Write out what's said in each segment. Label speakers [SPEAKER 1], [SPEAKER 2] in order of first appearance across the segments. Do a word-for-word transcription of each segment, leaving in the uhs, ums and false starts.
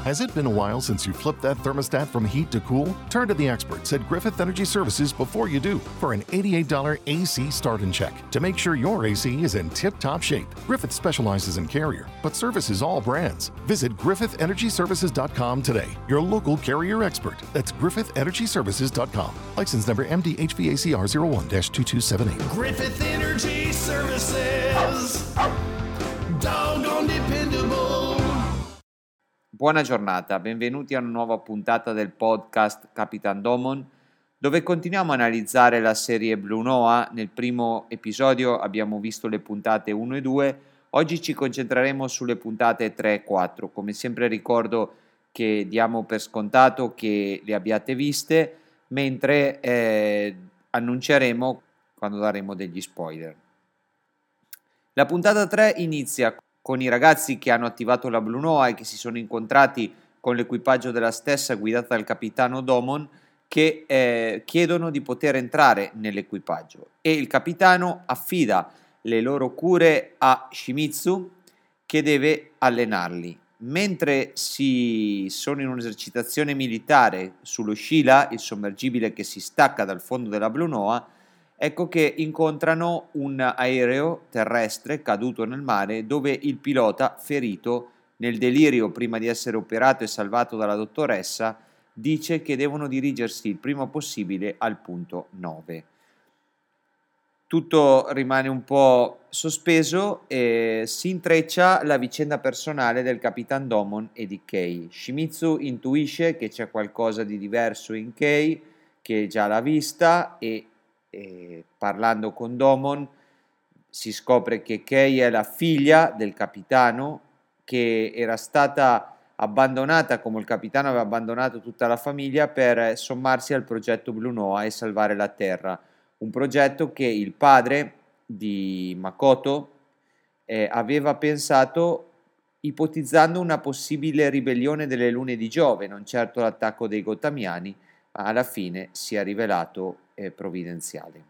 [SPEAKER 1] Has it been a while since you flipped that thermostat from heat to cool? Turn to the experts at Griffith Energy Services before you do for an eighty-eight dollars A C start and check to make sure your A C is in tip-top shape. Griffith specializes in Carrier, but services all brands. Visit griffith energy services dot com today. Your local Carrier expert. That's griffith energy services dot com. License number M D H V A C R zero one dash two two seven eight.
[SPEAKER 2] Griffith Energy Services. Doggone dependable.
[SPEAKER 3] Buona giornata, benvenuti a una nuova puntata del podcast Capitan Domon, dove continuiamo a analizzare la serie Blue Noah. Nel primo episodio abbiamo visto le puntate uno e due, oggi ci concentreremo sulle puntate tre e quattro. Come sempre ricordo che diamo per scontato che le abbiate viste, mentre eh, annunceremo quando daremo degli spoiler. La puntata tre inizia con i ragazzi che hanno attivato la Blue Noah e che si sono incontrati con l'equipaggio della stessa guidata dal capitano Domon, che eh, chiedono di poter entrare nell'equipaggio e il capitano affida le loro cure a Shimizu, che deve allenarli. Mentre si sono in un'esercitazione militare sullo Sheila, il sommergibile che si stacca dal fondo della Blue Noah, ecco che incontrano un aereo terrestre caduto nel mare, dove il pilota, ferito nel delirio prima di essere operato e salvato dalla dottoressa, dice che devono dirigersi il prima possibile al punto nove. Tutto rimane un po' sospeso e si intreccia la vicenda personale del Capitan Domon e di Kei. Shimizu intuisce che c'è qualcosa di diverso in Kei, che già l'ha vista, e E parlando con Domon si scopre che Kei è la figlia del capitano, che era stata abbandonata come il capitano aveva abbandonato tutta la famiglia per sommarsi al progetto Blue Noah e salvare la Terra, un progetto che il padre di Makoto eh, aveva pensato ipotizzando una possibile ribellione delle lune di Giove, non certo l'attacco dei Gotamiani, ma alla fine si è rivelato eh, provvidenziale.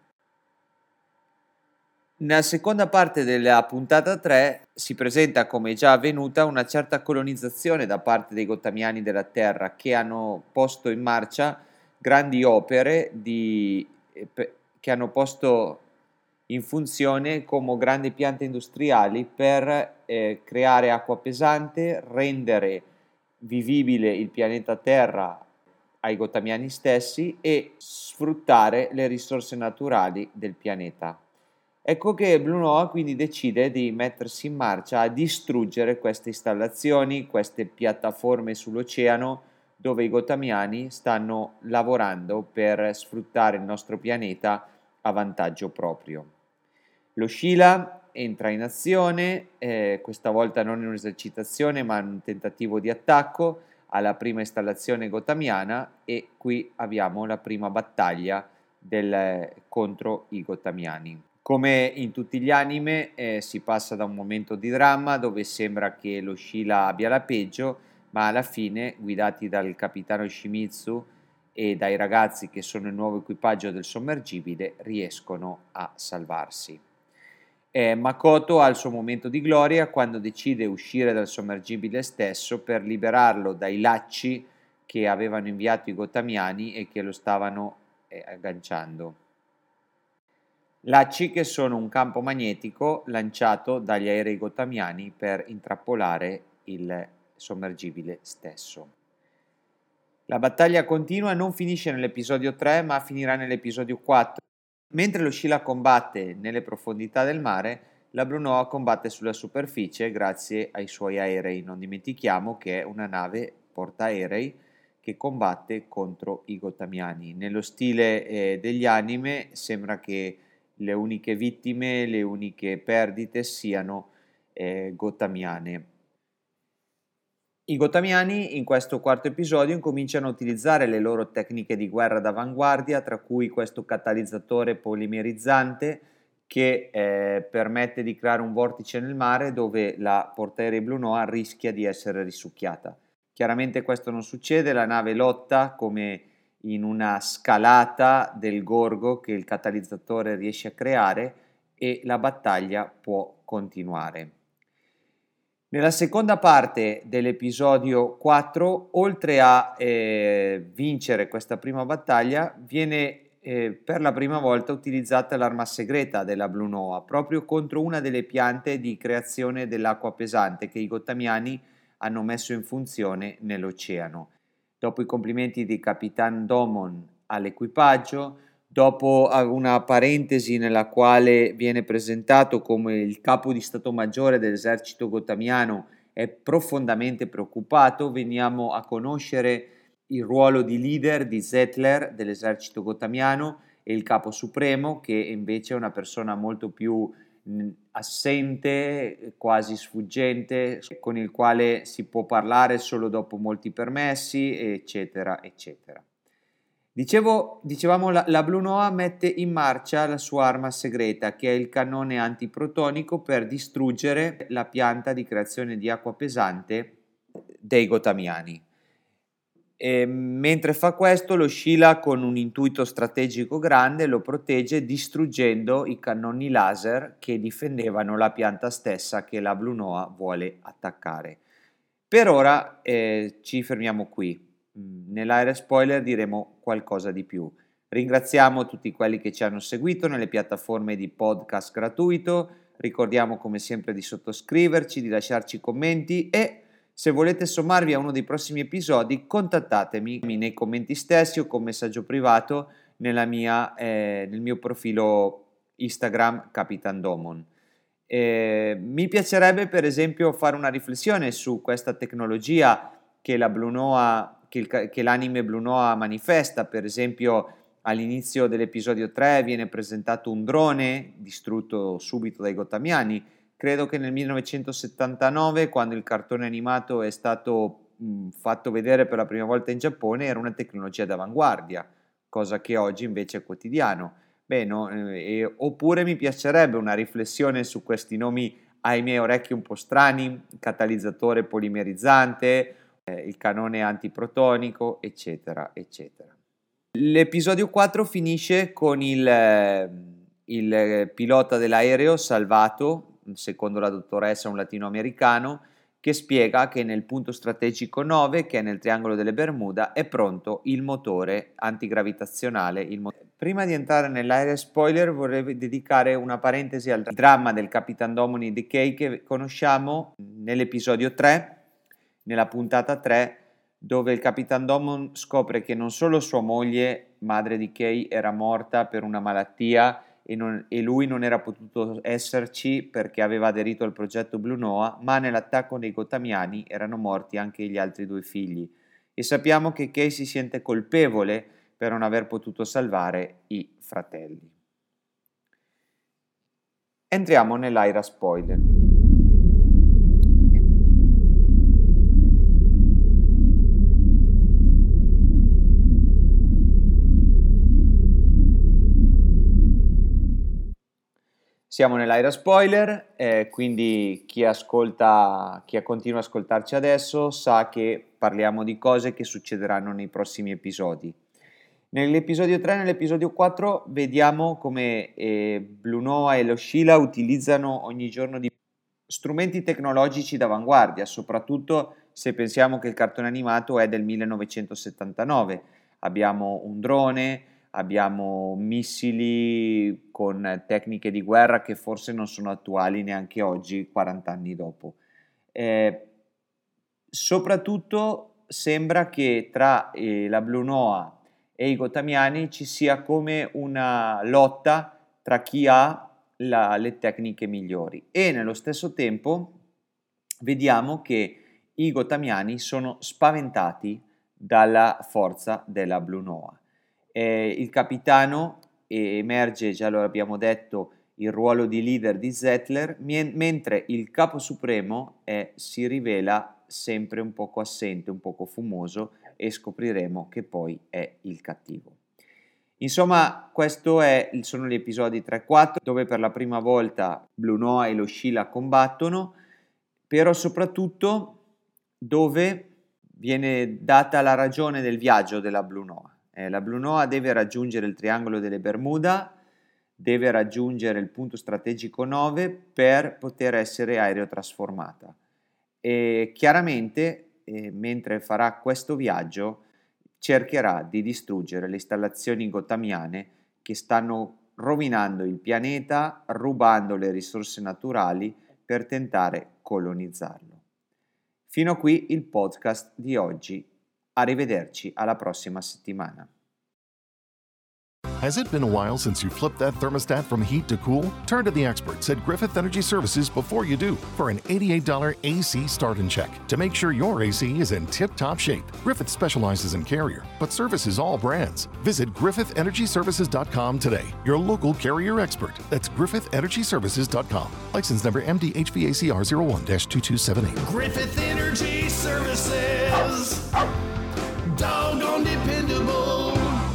[SPEAKER 3] Nella seconda parte della puntata tre si presenta, come già avvenuta, una certa colonizzazione da parte dei Gotamiani della Terra, che hanno posto in marcia grandi opere di, eh, che hanno posto in funzione come grandi piante industriali per eh, creare acqua pesante, rendere vivibile il pianeta Terra ai Gotamiani stessi e sfruttare le risorse naturali del pianeta. Ecco che Blue Noah quindi decide di mettersi in marcia a distruggere queste installazioni, queste piattaforme sull'oceano dove i Gotamiani stanno lavorando per sfruttare il nostro pianeta a vantaggio proprio. Lo Sheila entra in azione, eh, questa volta non in un'esercitazione ma in un tentativo di attacco alla prima installazione gotamiana, e qui abbiamo la prima battaglia del, contro i Gotamiani. Come in tutti gli anime eh, si passa da un momento di dramma dove sembra che lo Sheila abbia la peggio, ma alla fine, guidati dal capitano Shimizu e dai ragazzi che sono il nuovo equipaggio del sommergibile, riescono a salvarsi. Eh, Makoto ha il suo momento di gloria quando decide di uscire dal sommergibile stesso per liberarlo dai lacci che avevano inviato i Gotamiani e che lo stavano eh, agganciando. Lacci che sono un campo magnetico lanciato dagli aerei Gotamiani per intrappolare il sommergibile stesso. La battaglia continua e non finisce nell'episodio tre, ma finirà nell'episodio quattro. Mentre lo Sheila combatte nelle profondità del mare, la Blue Noah combatte sulla superficie grazie ai suoi aerei. Non dimentichiamo che è una nave portaerei che combatte contro i Gotamiani. Nello stile eh, degli anime sembra che le uniche vittime, le uniche perdite siano eh, Gotamiane. I Gotamiani in questo quarto episodio incominciano a utilizzare le loro tecniche di guerra d'avanguardia, tra cui questo catalizzatore polimerizzante che eh, permette di creare un vortice nel mare dove la portaerei Blue Noah rischia di essere risucchiata. Chiaramente questo non succede, la nave lotta come in una scalata del gorgo che il catalizzatore riesce a creare e la battaglia può continuare. Nella seconda parte dell'episodio quattro, oltre a eh, vincere questa prima battaglia, viene eh, per la prima volta utilizzata l'arma segreta della Blue Noa, proprio contro una delle piante di creazione dell'acqua pesante che i gottamiani hanno messo in funzione nell'oceano. Dopo i complimenti di Capitan Domon all'equipaggio, dopo una parentesi nella quale viene presentato come il capo di Stato Maggiore dell'esercito gottamiano è profondamente preoccupato, veniamo a conoscere il ruolo di leader di Zettler dell'esercito gottamiano e il capo supremo, che invece è una persona molto più mh, assente, quasi sfuggente, con il quale si può parlare solo dopo molti permessi, eccetera, eccetera. Dicevo, dicevamo la, la Blue Noa mette in marcia la sua arma segreta, che è il cannone antiprotonico, per distruggere la pianta di creazione di acqua pesante dei gottamiani. E mentre fa questo, lo Sheila, con un intuito strategico grande, lo protegge distruggendo i cannoni laser che difendevano la pianta stessa che la Blue Noa vuole attaccare. Per ora eh, ci fermiamo qui. Nell'area spoiler diremo qualcosa di più. Ringraziamo tutti quelli che ci hanno seguito nelle piattaforme di podcast gratuito. Ricordiamo come sempre di sottoscriverci, di lasciarci commenti e se volete sommarvi a uno dei prossimi episodi contattatemi nei commenti stessi o con messaggio privato nella mia, eh, nel mio profilo Instagram Capitan Domon. Eh, mi piacerebbe per esempio fare una riflessione su questa tecnologia che la Blue Noa Che, il, che l'anime Blue Noa manifesta. Per esempio all'inizio dell'episodio tre viene presentato un drone distrutto subito dai gottamiani. Credo che nel millenovecentosettantanove, quando il cartone animato è stato mh, fatto vedere per la prima volta in Giappone, era una tecnologia d'avanguardia, cosa che oggi invece è quotidiano. Beh, no, eh, oppure mi piacerebbe una riflessione su questi nomi ai miei orecchi un po' strani: catalizzatore polimerizzante, il cannone antiprotonico, eccetera, eccetera. L'episodio quattro finisce con il, il pilota dell'aereo salvato, secondo la dottoressa un latinoamericano, che spiega che nel punto strategico nove, che è nel triangolo delle Bermuda, è pronto il motore antigravitazionale. Il mo- Prima di entrare nell'area spoiler vorrei dedicare una parentesi al dramma del Capitan Domon Decay che conosciamo nell'episodio tre, nella puntata tre, dove il Capitan Domon scopre che non solo sua moglie, madre di Kay, era morta per una malattia e, non, e lui non era potuto esserci perché aveva aderito al progetto Blue Noa, ma nell'attacco dei gottamiani erano morti anche gli altri due figli. E sappiamo che Kay si sente colpevole per non aver potuto salvare i fratelli. Entriamo nell'area spoiler. Siamo nell'area spoiler, eh, quindi chi ascolta, chi continua ad ascoltarci adesso sa che parliamo di cose che succederanno nei prossimi episodi. Nell'episodio tre e nell'episodio quattro vediamo come eh, Blue Noa e lo Sheila utilizzano ogni giorno di strumenti tecnologici d'avanguardia, soprattutto se pensiamo che il cartone animato è del millenovecentosettantanove. Abbiamo un drone, abbiamo missili con tecniche di guerra che forse non sono attuali neanche oggi, quaranta anni dopo. Eh, soprattutto sembra che tra eh, la Blue Noa e i gottamiani ci sia come una lotta tra chi ha la, le tecniche migliori, e nello stesso tempo vediamo che i gottamiani sono spaventati dalla forza della Blue Noa. Eh, il capitano emerge, già lo abbiamo detto, il ruolo di leader di Zettler, mie- mentre il capo supremo è, si rivela sempre un poco assente, un poco fumoso, e scopriremo che poi è il cattivo. Insomma, questi sono gli episodi tre e quattro, dove per la prima volta Blue Noa e lo Sheila combattono, però soprattutto dove viene data la ragione del viaggio della Blue Noa. Eh, la Blue Noa deve raggiungere il triangolo delle Bermuda, deve raggiungere il punto strategico nove per poter essere aerotrasformata. e chiaramente eh, mentre farà questo viaggio cercherà di distruggere le installazioni gothamiane che stanno rovinando il pianeta, rubando le risorse naturali per tentare colonizzarlo. Fino a qui il podcast di oggi. Arrivederci alla prossima settimana.
[SPEAKER 1] Has it been a while since you flipped that thermostat from heat to cool? Turn to the experts at Griffith Energy Services before you do for an eighty-eight dollars A C start and check to make sure your A C is in tip-top shape. Griffith specializes in Carrier, but services all brands. Visit griffith energy services dot com today. Your local Carrier expert. That's griffith energy services dot com. License number M D H V A C R zero one dash two two seven eight.
[SPEAKER 2] Griffith Energy Services. Doggone dependable.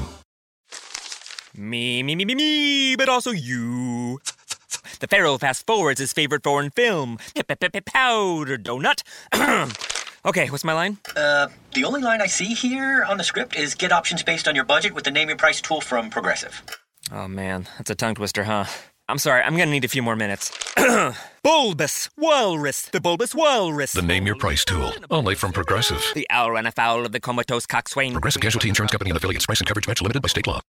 [SPEAKER 4] Me, me, me, me, me, but also you. The Pharaoh fast forwards his favorite foreign film, Powder Donut. Okay, what's my line?
[SPEAKER 5] Uh, the only line I see here on the script is get options based on your budget with the Name Your Price tool from Progressive.
[SPEAKER 4] Oh man, that's a tongue twister, huh? I'm sorry, I'm gonna need a few more minutes. Bulbous Walrus, the Bulbous Walrus.
[SPEAKER 6] The Name Your Price tool, only from Progressive.
[SPEAKER 4] The owl ran afoul of the comatose coxswain.
[SPEAKER 6] Progressive Casualty Insurance Company and affiliates. Price and coverage match limited by state law.